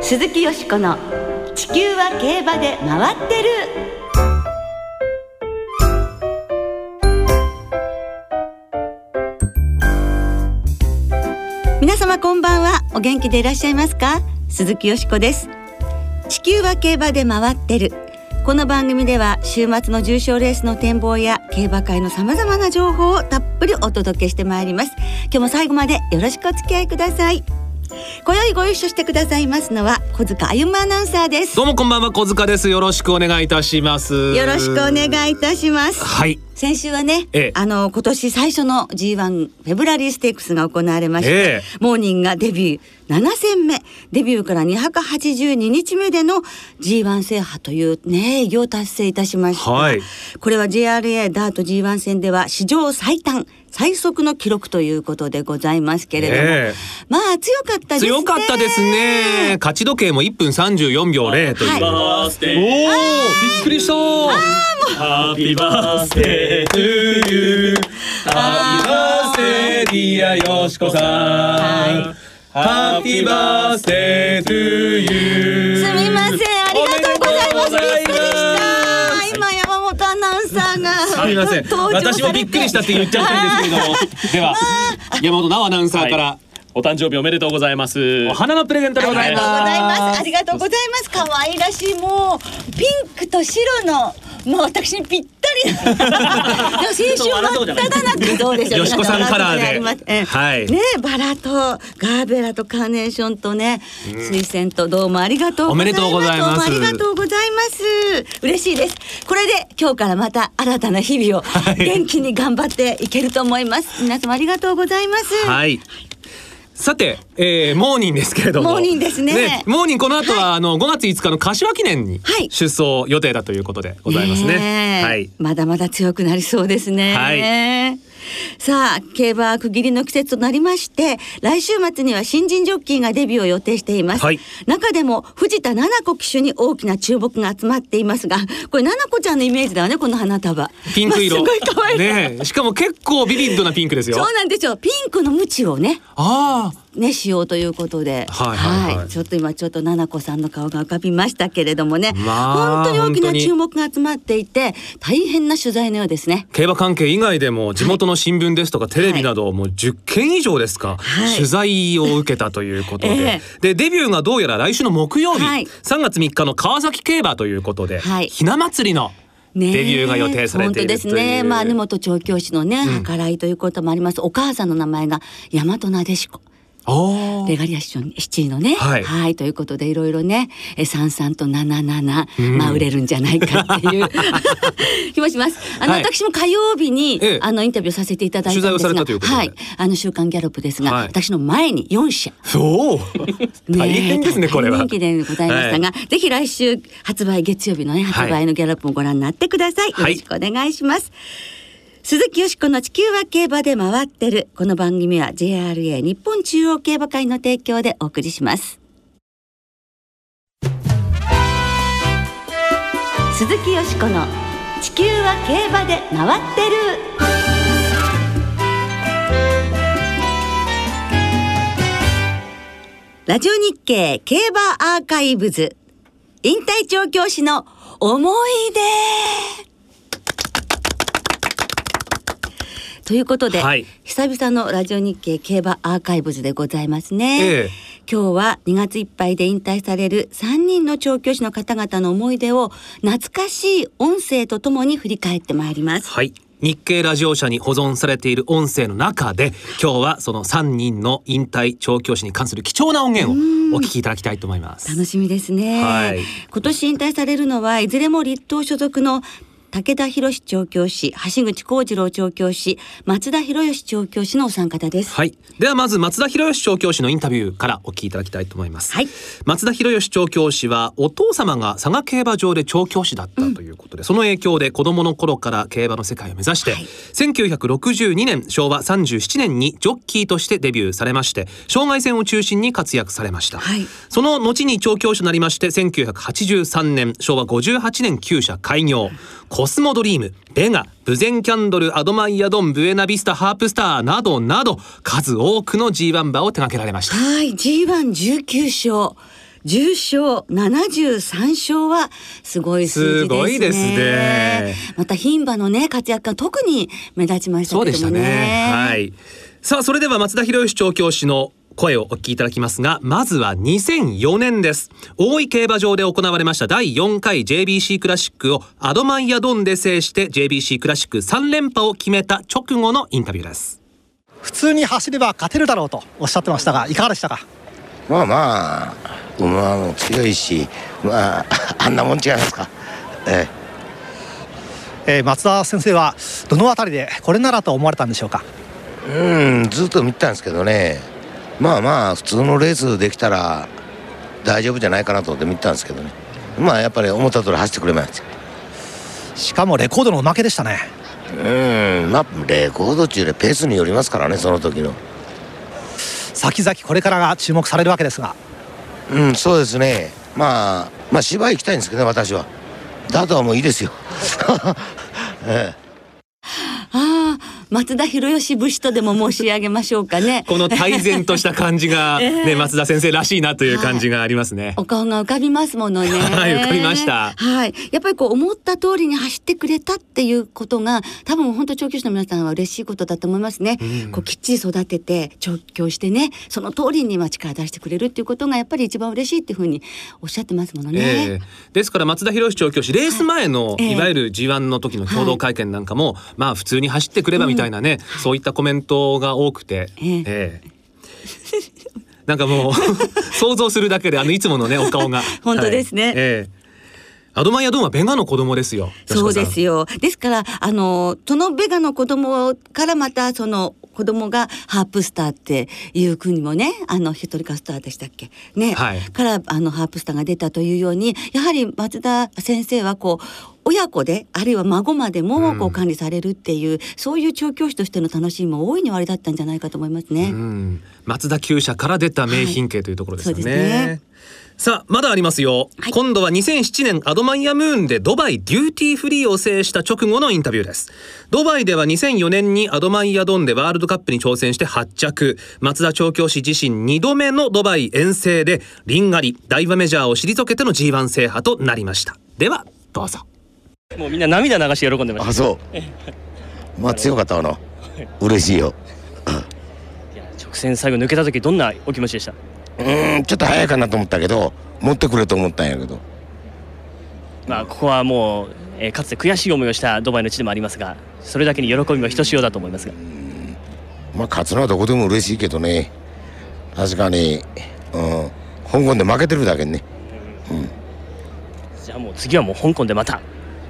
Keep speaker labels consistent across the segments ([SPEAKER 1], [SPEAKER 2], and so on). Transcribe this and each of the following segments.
[SPEAKER 1] 鈴木よしこの地球は競馬で回ってる。皆様こんばんは。お元気でいらっしゃいますか？鈴木よしこです。地球は競馬で回ってる。この番組では週末の重賞レースの展望や競馬界のさまざまな情報をたっぷりお届けしてまいります。今日も最後までよろしくお付き合いください。今宵ご一緒してくださいますのは小塚歩アナウンサーです。
[SPEAKER 2] どうもこんばんは、小塚です。よろしくお願いいたします。
[SPEAKER 1] よろしくお願いいたします。
[SPEAKER 2] はい、
[SPEAKER 1] 先週はね、今年最初の G1 フェブラリーステークスが行われまして、モーニングがデビュー7戦目、デビューから282日目での G1 制覇というね偉業を達成いたしました。はい、これは JRA ダート G1 戦では史上最短最速の記録ということでございますけれども、まあ強かったですね。
[SPEAKER 2] 強かったですね。勝ち時計も1分34秒0という、
[SPEAKER 3] はい、
[SPEAKER 2] おー、びっくりした。
[SPEAKER 3] ハッピーバースデートゥーユー、ハッピーバースデーディアよしこさん、ハッピーバースデートゥーユー。
[SPEAKER 1] すみません、ありがとうございます。びっくりした。今山本アナウンサーが
[SPEAKER 2] すみません、私もびっくりしたって言っちゃってるんですけれどもでは山本直アナウンサーから、
[SPEAKER 3] お誕生日おめでとうございます。
[SPEAKER 2] お花のプレゼントでございます。
[SPEAKER 1] ありがとうございます。可愛らしい、もうピンクと白のもう私にぴったりでも先週真っただ中どうでしょう。
[SPEAKER 2] よしこさんカラーで、
[SPEAKER 1] はいね、バラとガーベラとカーネーションとね、水仙と、どうもありがとうございます。
[SPEAKER 2] おめでとうございます。
[SPEAKER 1] どうもありがとうございます。嬉しいです。これで今日からまた新たな日々を元気に頑張っていけると思います。皆様ありがとうございます。
[SPEAKER 2] はい、さて、モーニンですけれども、
[SPEAKER 1] モーニンですね。
[SPEAKER 2] モーニンこの後は、5月5日の柏記念に出走予定だということでございますね。はい、
[SPEAKER 1] まだまだ強くなりそうですね。はい、さあ競馬区切りの季節となりまして、来週末には新人ジョッキーがデビューを予定しています。はい、中でも藤田七子騎手に大きな注目が集まっていますが、これ七子ちゃんのイメージだわね、この花束
[SPEAKER 2] ピンク色、
[SPEAKER 1] すごい可愛い
[SPEAKER 2] ね。しかも結構ビビッドなピンクですよ。
[SPEAKER 1] そうなんですよ。ピンクのムチをね使用ということで、ちょっと今七子さんの顔が浮かびましたけれどもね、本当に大きな注目が集まっていて大変な取材のようですね。
[SPEAKER 2] 競馬関係以外でも地元の新聞ですとかテレビなどもう10件以上ですか、取材を受けたということで、でデビューがどうやら来週の木曜日、3月3日の川崎競馬ということで、ひな祭りのデビューが予定されているという。本当ですね。根本調教師のね計らいということもあります。お母さんの名前が大和なでしこ、レガリア七位のね、ということでいろいろね33と77、売れるんじゃないかっていう気もします。私も火曜日にインタビューさせていただいたんですが、週刊ギャロップですが、私の前に4社、 大変ですね。これは
[SPEAKER 1] 大人気でございましたが、ぜひ来週発売、月曜日のね発売のギャロップもご覧になってください。よろしくお願いします。鈴木よしこの地球は競馬で回ってる。この番組は JRA 日本中央競馬会の提供でお送りします。鈴木よしこの地球は競馬で回ってる。ラジオ日経競馬アーカイブズ、引退調教師の思い出ということで、久々のラジオ日経競馬アーカイブズでございますね。今日は2月いっぱいで引退される3人の調教師の方々の思い出を懐かしい音声とともに振り返ってまいります。
[SPEAKER 2] 日経ラジオ社に保存されている音声の中で、今日はその3人の引退調教師に関する貴重な音源をお聞きいただきたいと思います。
[SPEAKER 1] 楽しみですね。今年引退されるのはいずれも立東所属の武田博調教師、橋口幸次郎調教師、松田博義調教師のお三方です。
[SPEAKER 2] ではまず松田博義調教師のインタビューからお聞きいただきたいと思います。松田博義調教師はお父様が佐賀競馬場で調教師だったということで、その影響で子供の頃から競馬の世界を目指して、1962年昭和37年にジョッキーとしてデビューされまして、障害戦を中心に活躍されました。その後に調教師となりまして、1983年昭和58年厩舎開業、コスモドリーム、ベガ、ブゼンキャンドル、アドマイヤドン、ブエナビスタ、ハープスターなどなど数多くの G1 馬を手掛けられました。
[SPEAKER 1] G119 勝、 10勝73勝はすごい数字ですね。
[SPEAKER 2] すごいですね。
[SPEAKER 1] また牝馬のね活躍が特に目立ちましたけどもね。
[SPEAKER 2] そうでしたね。はい。さあそれでは松田博義調教師の声をお聞きいただきますが、まずは2004年です。大井競馬場で行われました第4回 JBC クラシックをアドマイヤドンで制して JBC クラシック3連覇を決めた直後のインタビューです。
[SPEAKER 4] 普通に走れば勝てるだろうとおっしゃってましたが、いかがでしたか？
[SPEAKER 5] まあ馬も強いし、あんなもん違いますか。
[SPEAKER 4] 松田先生はどのあたりでこれならと思われたんでしょうか？
[SPEAKER 5] ずっと見てたんですけどね、普通のレースできたら大丈夫じゃないかなと思って見てたんですけどね、やっぱり思った通り走ってくれました。
[SPEAKER 4] しかもレコードのおまけでしたね。
[SPEAKER 5] レコード中でペースによりますからね、その時の。
[SPEAKER 4] 先々これからが注目されるわけですが。
[SPEAKER 5] そうですね。芝居行きたいんですけどね、私は。あとはもういいですよ。
[SPEAKER 1] 松田博義節とでも申し上げましょうかね。
[SPEAKER 2] この泰然とした感じが、松田先生らしいなという感じがありますね。
[SPEAKER 1] お顔が浮かびますものね。
[SPEAKER 2] はい、浮かびました。
[SPEAKER 1] はい、やっぱり思った通りに走ってくれたっていうことが多分本当調教師の皆さんは嬉しいことだと思いますね。きっちり育てて調教してね、その通りに力出してくれるっていうことがやっぱり一番嬉しいっていうふうにおっしゃってますものね。
[SPEAKER 2] ですから松田博義調教師レース前の、いわゆる G1 の時の共同会見なんかも、普通に走ってくればみたいなね、そういったコメントが多くて、なんかもう想像するだけでいつものねお顔が
[SPEAKER 1] 本当ですね。
[SPEAKER 2] アドマイヤドンはベガの子供ですよ。
[SPEAKER 1] そうですよ。ですからそのベガの子供からまたその子供がハープスターっていう国もね、ヒトリカスターでしたっけね、からハープスターが出たというように、やはり松田先生は親子であるいは孫までも管理されるっていう、そういう調教師としての楽しみも大いにおありだったんじゃないかと思いますね。
[SPEAKER 2] 松田厩舎から出た名品系というところですよね。そうですね。さあまだありますよ。今度は2007年アドマイヤムーンでドバイデューティーフリーを制した直後のインタビューです。ドバイでは2004年にアドマイヤドンでワールドカップに挑戦して8着。松田調教師自身2度目のドバイ遠征でリンガリダイワメジャーを退けての G1 制覇となりました。ではどうぞ。
[SPEAKER 3] もうみんな涙流して喜んでました。
[SPEAKER 5] そう強かったわな。嬉しいよ。
[SPEAKER 3] 直線最後抜けた時どんなお気持ちでした？
[SPEAKER 5] ちょっと早いかなと思ったけど、持ってくれと思ったんやけど、
[SPEAKER 3] ここはもう、かつて悔しい思いをしたドバイの地でもありますが、それだけに喜びもひとしおだと思いますが、
[SPEAKER 5] 勝つのはどこでも嬉しいけどね、確かに、香港で負けてるだけにね、
[SPEAKER 3] じゃあもう次はもう香港でまた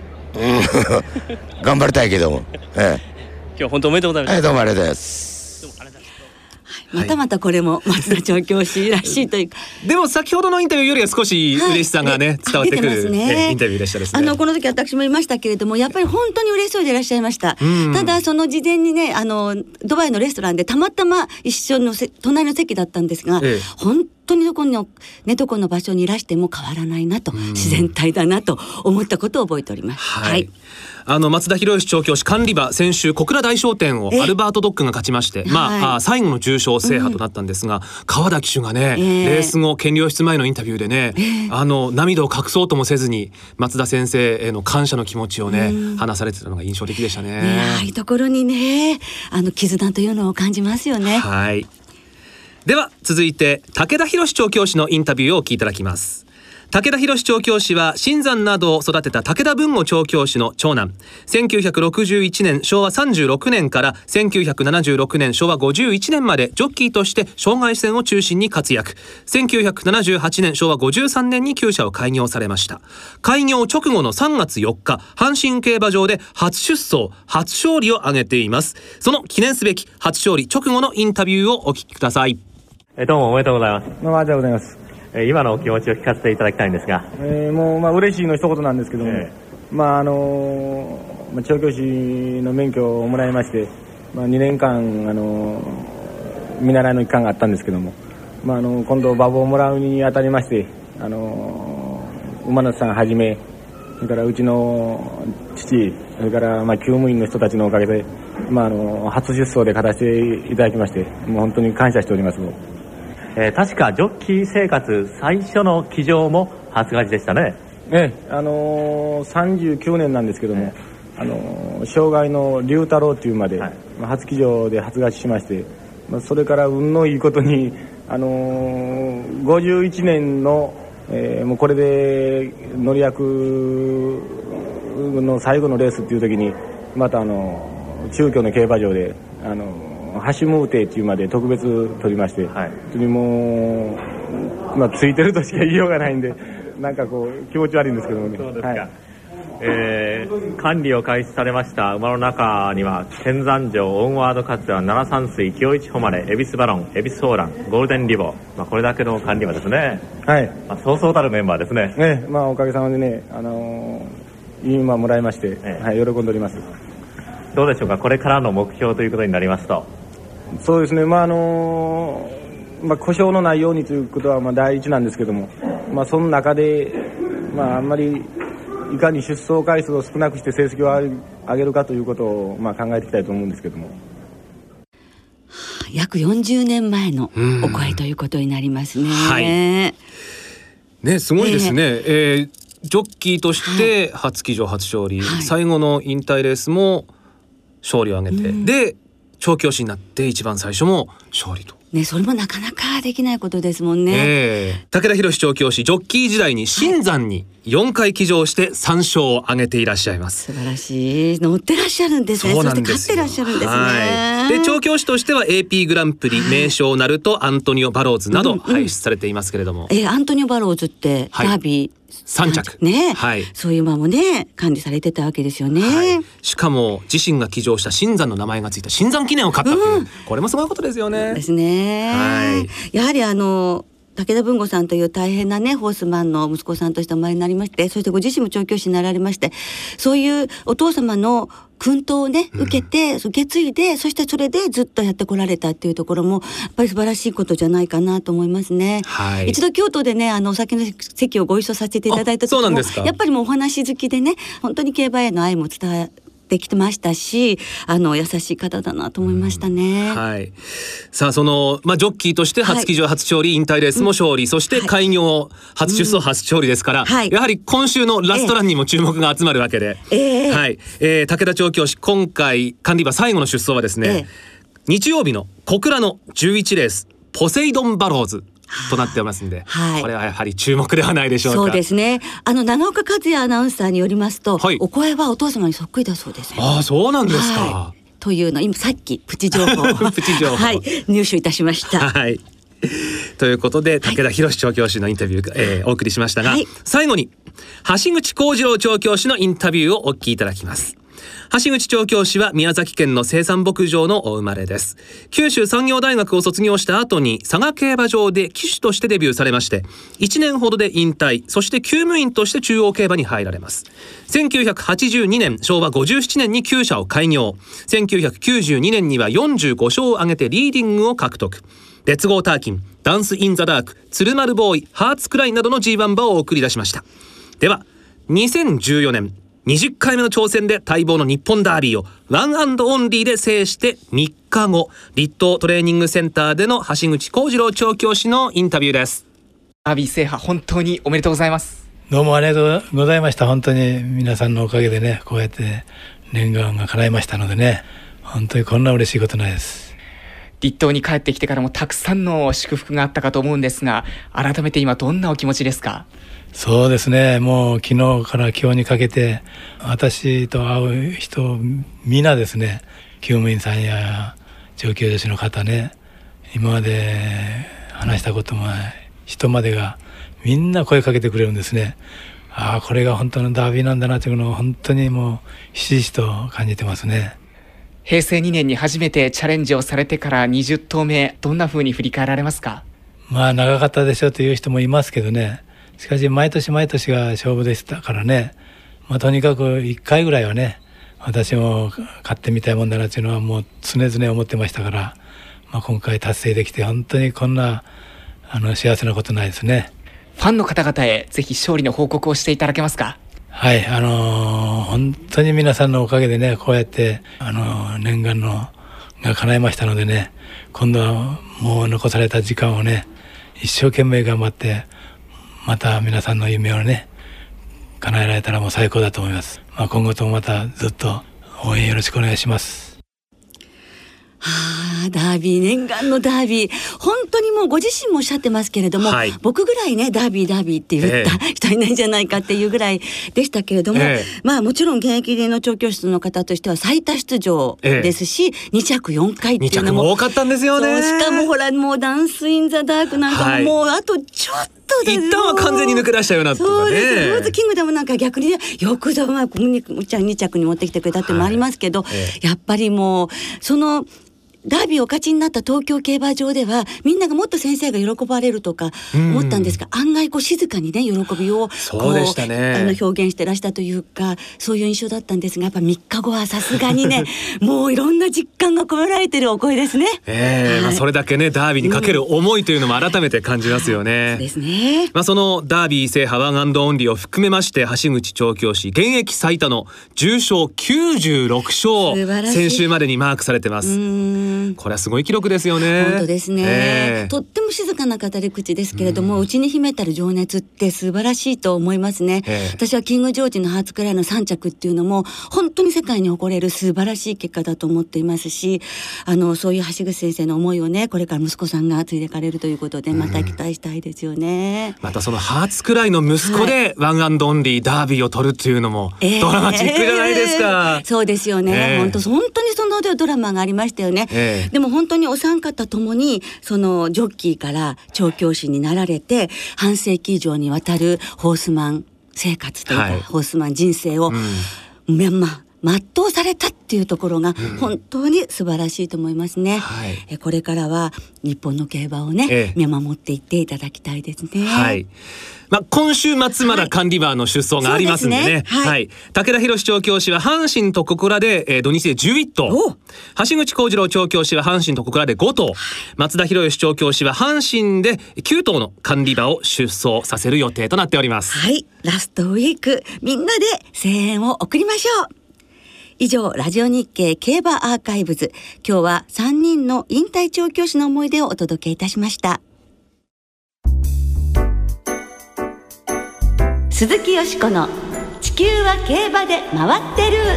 [SPEAKER 5] 頑張りたいけども、
[SPEAKER 3] 今日は本当おめでとうございます。
[SPEAKER 5] どうもありがとうございます。
[SPEAKER 1] またこれも松田調教師らしいというか、
[SPEAKER 2] でも先ほどのインタビューよりは少し嬉しさがね、伝わってくる、インタビューでしたですね。
[SPEAKER 1] この時私もいましたけれども、やっぱり本当に嬉しそうでいらっしゃいました。ただその事前にね、ドバイのレストランでたまたま一緒の隣の席だったんですが、本当にどこの場所にいらしても変わらないなと、自然体だなと思ったことを覚えております。
[SPEAKER 2] 松田博義調教師管理馬、先週小倉大商店をアルバートドッグが勝ちまして、最後の重賞制覇となったんですが、川田騎手がね、レース後検量室前のインタビューでね、涙を隠そうともせずに松田先生への感謝の気持ちをね、話されてたのが印象的でしたね。
[SPEAKER 1] ああいうところにね、絆というのを感じますよね。
[SPEAKER 2] では続いて武田博調教師のインタビューをお聞きいただきます。武田博調教師は新山などを育てた武田文吾調教師の長男。1961年昭和36年から1976年昭和51年までジョッキーとして障害戦を中心に活躍。1978年昭和53年に厩舎を開業されました。開業直後の3月4日阪神競馬場で初出走初勝利を挙げています。その記念すべき初勝利直後のインタビューをお聞きください。
[SPEAKER 6] どうもおめでとうございます。
[SPEAKER 4] おめでとうございます。
[SPEAKER 6] 今のお気持ちを聞かせていただきたいんですが、
[SPEAKER 4] もう嬉しいの一言なんですけども、調教師の免許をもらいまして、2年間見習いの期間があったんですけども、今度馬房をもらうにあたりまして、馬主さんはじめ、それからうちの父、それから厩務員の人たちのおかげで、初出走で勝たせていただきまして、もう本当に感謝しております。
[SPEAKER 6] 確かジョッキー生活最初の騎乗も初勝ちでしたね。
[SPEAKER 4] 39年なんですけども、障害の龍太郎という馬で、初騎乗で初勝ちしまして、それから運のいいことに、51年の、もうこれで乗り役の最後のレースっていう時にまた中京の競馬場でハシムーテっていう馬で特別取りまして、本当にもう、ついてるとしか言いようがないんで、なんかこう気持ち悪いんですけどもね。
[SPEAKER 6] そうですか。管理を開始されました馬の中には天山城、オンワードカツラ、七山水、清一誉れ、恵比寿バロン、恵比寿ソーラン、ゴールデンリボ、これだけの管理はですね、そうそうたるメンバーですね。
[SPEAKER 4] おかげさまでね、いい馬もらいまして、喜んでおります。
[SPEAKER 6] どうでしょうか、これからの目標ということになりますと。
[SPEAKER 4] そうですね、故障のないようにということは第一なんですけども、その中で、あんまりいかに出走回数を少なくして成績を上げるかということを考えていきたいと思うんですけども。
[SPEAKER 1] 約40年前のお声ということになりますね。
[SPEAKER 2] すごいですね。ジョッキーとして初騎乗初勝利、最後の引退レースも勝利を挙げて、で調教師になって一番最初も勝利と。
[SPEAKER 1] それもなかなかできないことですもんね。
[SPEAKER 2] 武田博調教師、ジョッキー時代に新山に4回騎乗して3勝を挙げていらっしゃいます。
[SPEAKER 1] 素晴らしい。乗ってらっしゃるんですね。
[SPEAKER 2] そうなんですよ。
[SPEAKER 1] そして勝ってらっしゃるんですね。
[SPEAKER 2] で調教師としては AP グランプリ、名将なるとアントニオ・バローズなど輩出されていますけれども、
[SPEAKER 1] アントニオ・バローズってダービー
[SPEAKER 2] 3着
[SPEAKER 1] そういう馬もね管理されてたわけですよね。
[SPEAKER 2] しかも自身が騎乗した新山の名前がついた新山記念を勝ったという、これもすごいことですよね。
[SPEAKER 1] ですね。やはり武田文吾さんという大変なねホースマンの息子さんとしてお生まれになりまして、そしてご自身も調教師になられまして、そういうお父様の薫陶をね受けて、受け継いで、そしてそれでずっとやってこられたっていうところもやっぱり素晴らしいことじゃないかなと思いますね。一度京都でねお酒の席をご一緒させていただいた時もやっぱりもうお話好きでね、本当に競馬への愛も伝えできてましたし、優しい方だなと思いましたね。
[SPEAKER 2] さあジョッキーとして初騎乗初勝利、引退レースも勝利、そして開業初出走初勝利ですから、やはり今週のラストランにも注目が集まるわけで、武田調教師、今回管理馬最後の出走はですね、日曜日の小倉の11レースポセイドンバローズとなっておりますんで、これはやはり注目ではないでしょうか。
[SPEAKER 1] そうですね。長岡和也アナウンサーによりますと、お声はお父様にそっくりだそうです。
[SPEAKER 2] そうなんですか。
[SPEAKER 1] というの今さっきプチ情報入手いたしました。
[SPEAKER 2] ということで武田博調教師のインタビュー、お送りしましたが、最後に橋口幸次郎調教師のインタビューをお聞きいただきます。橋口調教師は宮崎県の生産牧場のお生まれです。九州産業大学を卒業した後に佐賀競馬場で騎手としてデビューされまして、1年ほどで引退、そして厩務員として中央競馬に入られます。1982年昭和57年に厩舎を開業、1992年には45勝を挙げてリーディングを獲得。レッツゴーターキン、ダンスインザダーク、鶴丸ボーイ、ハーツクライなどの G1 馬を送り出しました。では2014年20回目の挑戦で待望の日本ダービーをワンアンドオンリーで制して3日後、立東トレーニングセンターでの橋口幸次郎調教師のインタビューです。
[SPEAKER 7] ダービー制覇本当におめでとうございます。
[SPEAKER 8] どうもありがとうございました。本当に皆さんのおかげでね、こうやって念願が叶いましたのでね、本当にこんな嬉しいことないです。
[SPEAKER 7] 立東に帰ってきてからもたくさんの祝福があったかと思うんですが、改めて今どんなお気持ちですか？
[SPEAKER 8] そうですね、もう昨日から今日にかけて私と会う人みんなですね、厩務員さんや調教助手の方ね、今まで話したこともない人までがみんな声かけてくれるんですね。これが本当のダービーなんだなというのを本当にもうひしひしと感じてますね。
[SPEAKER 7] 平成2年に初めてチャレンジをされてから20頭目、どんな風に振り返られますか？
[SPEAKER 8] 長かったでしょという人もいますけどね、しかし毎年毎年が勝負でしたからね、とにかく1回ぐらいはね、私も勝ってみたいもんだなというのはもう常々思ってましたから、今回達成できて本当にこんな幸せなことないですね。
[SPEAKER 7] ファンの方々へぜひ勝利の報告をしていただけますか？
[SPEAKER 8] はい、本当に皆さんのおかげでね、こうやって念願が叶いましたのでね、今度はもう残された時間をね、 一生懸命頑張ってまた皆さんの夢をね叶えられたらもう最高だと思います。今後ともまたずっと応援よろしくお願いします。
[SPEAKER 1] ダービー、念願のダービー、本当にもうご自身もおっしゃってますけれども、僕ぐらいねダービーって言った人いないんじゃないかっていうぐらいでしたけれども、もちろん現役での調教師の方としては最多出場ですし、2着4回っていうのも
[SPEAKER 2] 2着も多かったんですよね。
[SPEAKER 1] しかもほらもうダンスインザダークなんかもうあとちょっと
[SPEAKER 2] 一旦は完全に抜け出したようなとかね。
[SPEAKER 1] そうです。ローズキングダムなんか逆にねよくぞ2着に持ってきてくれたってのもありますけど、やっぱりもうそのダービーを勝ちになった東京競馬場ではみんながもっと先生が喜ばれるとか思ったんですが、案外こう静かにね喜びを
[SPEAKER 2] そうでしたね、
[SPEAKER 1] 表現してらしたというか、そういう印象だったんですが、やっぱ3日後はさすがにねもういろんな実感が込められてるお声ですね。
[SPEAKER 2] それだけねダービーにかける思いというのも改めて感じますよね。
[SPEAKER 1] そうですね。
[SPEAKER 2] そのダービー制覇ワン&オンリーを含めまして橋口調教師現役最多の重賞96勝先週までにマークされてます。これはすごい記録ですよね。
[SPEAKER 1] 本当ですね、とっても静かな語り口ですけれども、内に秘めたる情熱って素晴らしいと思いますね。私はキングジョージのハーツクライの3着っていうのも本当に世界に誇れる素晴らしい結果だと思っていますし、そういう橋口先生の思いをねこれから息子さんが継いでかれるということでまた期待したいですよね。
[SPEAKER 2] またそのハーツクライの息子でワン&オンリーダービーを取るっていうのもドラマチックじゃないですか。
[SPEAKER 1] そうですよね、本当にそのドラマがありましたよね。でも本当にお三方ともにそのジョッキーから調教師になられて半世紀以上にわたるホースマン生活というか、ホースマン人生を全うされたっていうところが本当に素晴らしいと思いますね。これからは日本の競馬をね、見守っていっていただきたいですね。
[SPEAKER 2] 今週末まだ管理馬の出走がありますんでね。武田博調教師は阪神と小倉で、土日で11頭、橋口幸次郎調教師は阪神と小倉で5頭、松田博義調教師は阪神で9頭の管理馬を出走させる予定となっております。
[SPEAKER 1] ラストウィークみんなで声援を送りましょう。以上、ラジオ日経競馬アーカイブズ、今日は3人の引退調教師の思い出をお届けいたしました。鈴木よしこの地球は競馬で回ってる。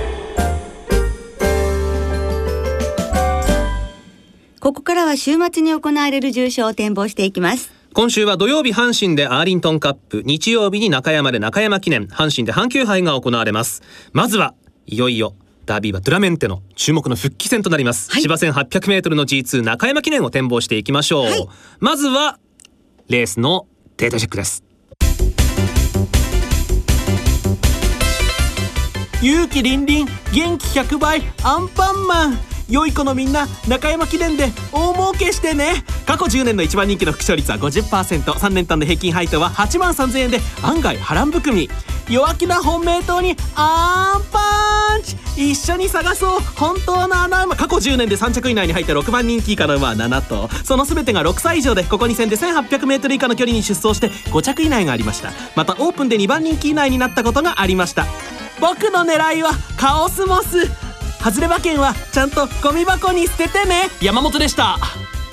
[SPEAKER 1] ここからは週末に行われる重賞を展望していきます。
[SPEAKER 2] 今週は土曜日阪神でアーリントンカップ、日曜日に中山で中山記念、阪神で阪急杯が行われます。まずはいよいよダービーはドゥラメンテの注目の復帰戦となります、芝 1800m の G2 中山記念を展望していきましょう。まずはレースのデータチェックです。
[SPEAKER 3] 勇気凛々、元気100倍、アンパンマン。良い子のみんな、中山記念で大儲けしてね。過去10年の一番人気の副勝率は 50%、 3年間で平均配当は8万3000円で案外波乱含み。弱気な本命党にアンパンチ、一緒に探そう本当の穴馬。過去10年で3着以内に入った6番人気以下の馬は7頭、その全てが6歳以上でここ2戦で 1800m 以下の距離に出走して5着以内がありました。またオープンで2番人気以内になったことがありました。僕の狙いはカオスモス。外れ馬券はちゃんとゴミ箱に捨ててね。
[SPEAKER 2] 山本でした。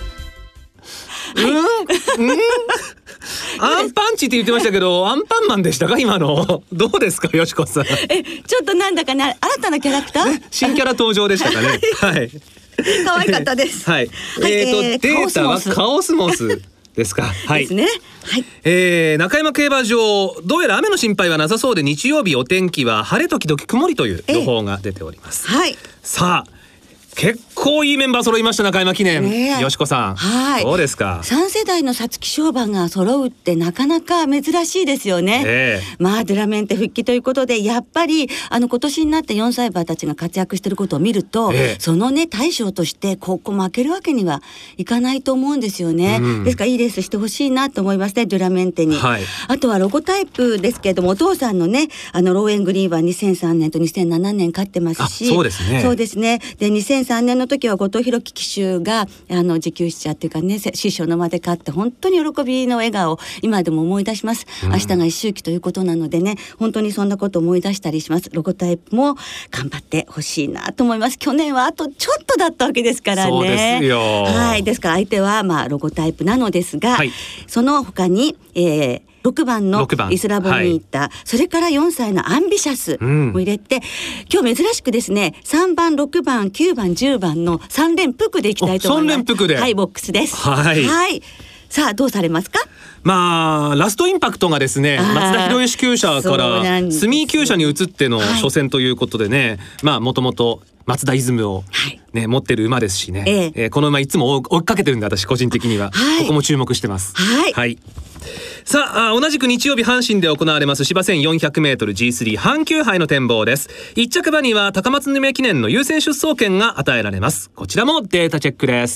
[SPEAKER 2] アンパンチって言ってましたけど、アンパンマンでしたか今の。どうですかよしこさん。ちょ
[SPEAKER 1] っとなんだかね、新たなキャラクター、
[SPEAKER 2] 新キャラ登場でしたかね。
[SPEAKER 1] 可愛かったです。
[SPEAKER 2] データはカオスモスですか。
[SPEAKER 1] ですね。
[SPEAKER 2] 中山競馬場、どうやら雨の心配はなさそうで、日曜日お天気は晴れ時々曇りという予報が出ております。さあ結構いいメンバー揃いました中山記念、よしこさん、どうですか。
[SPEAKER 1] 3世代の皐月賞馬が揃うってなかなか珍しいですよね。ドゥラメンテ復帰ということで、やっぱり今年になって4歳馬たちが活躍していることを見ると、そのね大将としてここ負けるわけにはいかないと思うんですよね。ですからいいレースしてほしいなと思いますね、ドゥラメンテに。あとはロゴタイプですけれども、お父さんのねローエングリーンは2003年と2007年勝ってますし、
[SPEAKER 2] そうですね。
[SPEAKER 1] で2003 2003年の時は後藤弘樹騎手が持久者っていうかね、師匠の間で勝って本当に喜びの笑顔を今でも思い出します。明日が一周忌ということなのでね、本当にそんなことを思い出したりします。ロゴタイプも頑張ってほしいなと思います。去年はあとちょっとだったわけですからね。
[SPEAKER 2] そうですよ。
[SPEAKER 1] はい、ですから相手はロゴタイプなのですが、はい、その他に、6番のイスラボニータ、はい、それから4歳のアンビシャスも入れて、今日珍しくですね、3番6番9番10番の3連複でいきたいと思います。
[SPEAKER 2] 3連複で、
[SPEAKER 1] はい、ボックスです。
[SPEAKER 2] はい、
[SPEAKER 1] はい、さあどうされますか。
[SPEAKER 2] ラストインパクトがですね、松田博義厩舎から住井厩舎に移っての初戦ということでね、もともと松田イズムを、ね、持ってる馬ですしね、この馬いつも追いかけてるんで、私個人的には、ここも注目してます。
[SPEAKER 1] はい、
[SPEAKER 2] はい、さあ同じく日曜日阪神で行われます芝 1400m G3 阪急杯の展望です。1着馬には高松宮記念の優先出走権が与えられます。こちらもデータチェックです。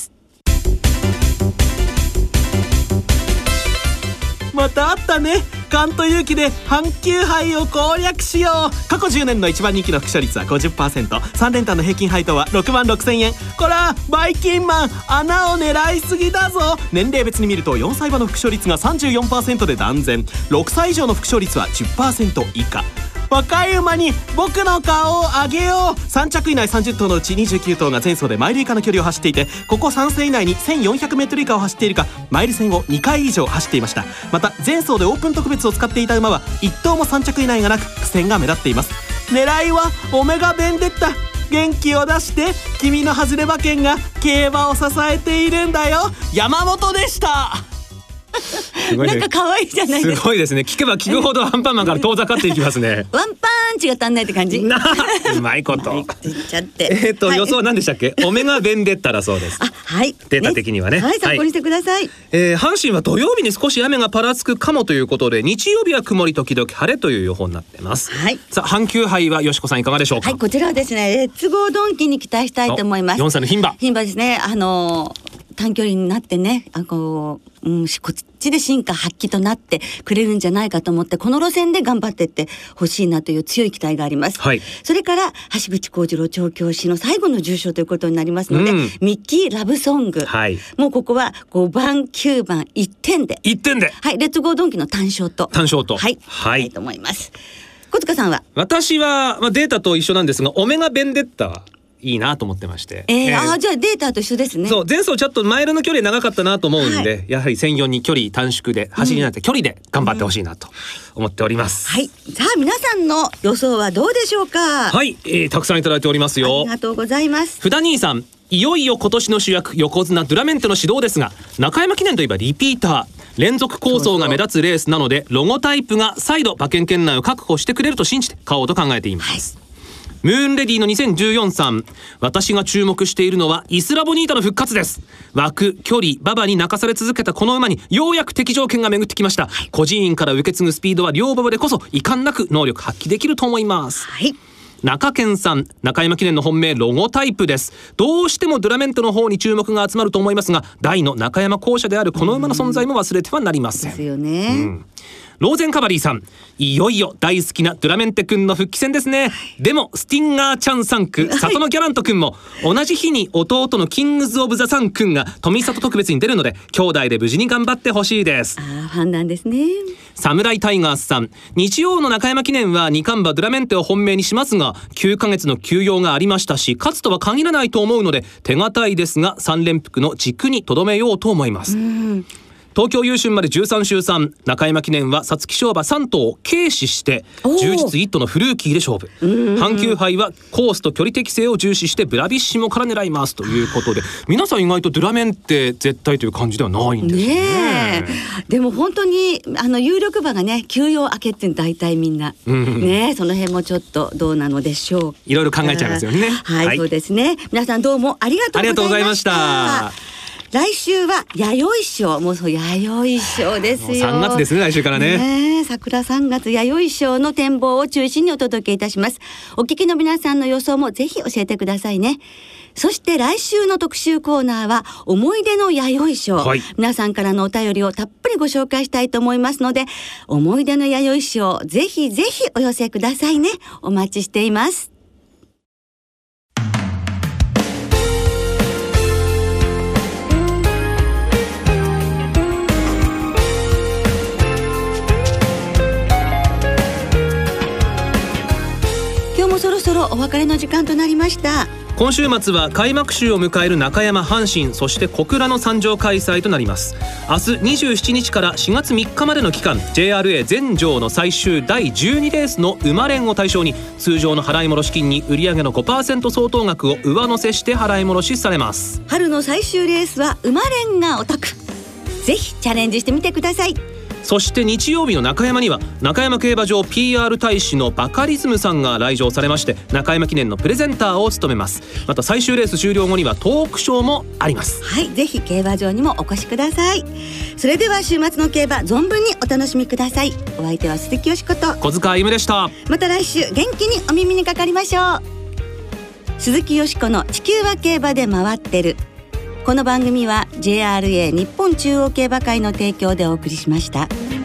[SPEAKER 3] またあったね。勘と勇気で阪急杯を攻略しよう。過去10年の1番人気の副勝率は 50%、 3連単の平均配当は6万6千円。こらバイキンマン、穴を狙いすぎだぞ。年齢別に見ると4歳馬の副勝率が 34% で断然、6歳以上の副勝率は 10% 以下。若い馬に僕の顔をあげよう。3着以内30頭のうち29頭が前走でマイル以下の距離を走っていて、ここ3戦以内に 1400m 以下を走っているか、マイル戦を2回以上走っていました。また前走でオープン特別を使っていた馬は1頭も3着以内がなく苦戦が目立っています。狙いはオメガベンデッタ。元気を出して君の外れ馬券が競馬を支えているんだよ。山本でした。
[SPEAKER 1] なんか可愛いじゃないですか。
[SPEAKER 2] すごいですね。聞けば聞くほどアンパンマンから遠ざかっていきますね。
[SPEAKER 1] ワンパンチが足んないって感じ。
[SPEAKER 2] うまいこと。
[SPEAKER 1] 言っちゃって。
[SPEAKER 2] 予想は何でしたっけ？オメガベンデッタだそうです。
[SPEAKER 1] はい。
[SPEAKER 2] データ的にはね。
[SPEAKER 1] はい、参考にしてください。
[SPEAKER 2] 阪神は土曜日に少し雨がぱらつくかもということで、日曜日は曇り時々晴れという予報になっています。
[SPEAKER 1] はい。
[SPEAKER 2] さあ阪急杯はよしこさんいかがでしょうか？
[SPEAKER 1] はい、こちらはですね、レッツゴードンキに期待したいと思います。
[SPEAKER 2] 4歳の牝馬。
[SPEAKER 1] 牝馬ですね。短距離になってね、こっちで進化発揮となってくれるんじゃないかと思って、この路線で頑張ってってほしいなという強い期待があります。
[SPEAKER 2] はい、
[SPEAKER 1] それから橋口幸次郎調教師の最後の重賞ということになりますので、ミッキーラブソング、
[SPEAKER 2] はい、
[SPEAKER 1] もうここは5番9番1点で、はい、レッツゴードンキの単勝とはい、はい、と思います。小塚さんは？
[SPEAKER 2] 私は、データと一緒なんですが、オメガベンデッタいいなと思ってまして、
[SPEAKER 1] じゃあデータと一緒ですね。
[SPEAKER 2] そう、前走ちょっとマイルの距離長かったなと思うんで、やはり専用に距離短縮で走りになって距離で頑張ってほしいなと思っております。
[SPEAKER 1] はい、さあ皆さんの予想はどうでしょうか？
[SPEAKER 2] はい、たくさんいただいておりますよ。
[SPEAKER 1] ありがとうございます。
[SPEAKER 2] ふだ兄さん、いよいよ今年の主役横綱ドゥラメンテの始動ですが、中山記念といえばリピーター、連続構想が目立つレースなので、ロゴタイプが再度馬券圏内を確保してくれると信じて買おうと考えています。はい、ムーンレディの2014さん、私が注目しているのはイスラボニータの復活です。枠、距離、馬場に泣かされ続けたこの馬にようやく適条件が巡ってきました。はい、孤児院から受け継ぐスピードは両馬場でこそ遺憾なく能力発揮できると思います。
[SPEAKER 1] はい、
[SPEAKER 2] 中堅さん、中山記念の本命ロゴタイプです。どうしてもドゥラメントの方に注目が集まると思いますが、大の中山校舎であるこの馬の存在も忘れてはなりません。
[SPEAKER 1] ですよね。
[SPEAKER 2] ローゼンカバリーさん、いよいよ大好きなドゥラメンテ君の復帰戦ですね。でもスティンガーちゃん3区、里のギャラント君も同じ日に弟のキングズオブザサン君が富里特別に出るので、兄弟で無事に頑張ってほしいです。
[SPEAKER 1] ファンなんですね。
[SPEAKER 2] サムライタイガースさん、日曜の中山記念は2冠馬ドゥラメンテを本命にしますが、9ヶ月の休養がありましたし、勝つとは限らないと思うので手堅いですが、3連複の軸にとどめようと思います。東京優春まで13週3、中山記念は皐月賞馬3頭を軽視して充実1頭のフルーキーで勝負。阪急杯はコースと距離適性を重視してブラビッシモから狙いますということで、皆さん意外とドゥラメンテ絶対という感じではないんですね。
[SPEAKER 1] でも本当に有力馬がね、休養明けって大体みんな、ね、その辺もちょっとどうなのでしょう。
[SPEAKER 2] いろいろ考えちゃいますよね。
[SPEAKER 1] はい、そうですね。皆さんどうもありがとうございました。来週は弥生賞、もうそう弥生賞ですよ。
[SPEAKER 2] 3月ですね、来週からね。
[SPEAKER 1] 桜3月弥生賞の展望を中心にお届けいたします。お聞きの皆さんの予想もぜひ教えてくださいね。そして来週の特集コーナーは思い出の弥生賞、はい、皆さんからのお便りをたっぷりご紹介したいと思いますので、思い出の弥生賞ぜひぜひお寄せくださいね。お待ちしています。 とお別れの時間となりました。
[SPEAKER 2] 今週末は開幕週を迎える中山、阪神、そして小倉の参上開催となります。明日27日から4月3日までの期間、 JRA 全場の最終第12レースの馬連を対象に、通常の払い戻し金に売上の 5% 相当額を上乗せして払い戻しされます。
[SPEAKER 1] 春の最終レースは馬連がお得。ぜひチャレンジしてみてください。
[SPEAKER 2] そして日曜日の中山には、中山競馬場 PR 大使のバカリズムさんが来場されまして、中山記念のプレゼンターを務めます。また最終レース終了後にはトークショーもあります。
[SPEAKER 1] はい、ぜひ競馬場にもお越しください。それでは週末の競馬存分にお楽しみください。お相手は鈴木よしこと
[SPEAKER 2] 小塚歩でした。
[SPEAKER 1] また来週元気にお耳にかかりましょう。鈴木よしこの地球は競馬で回ってる。この番組は JRA 日本中央競馬会の提供でお送りしました。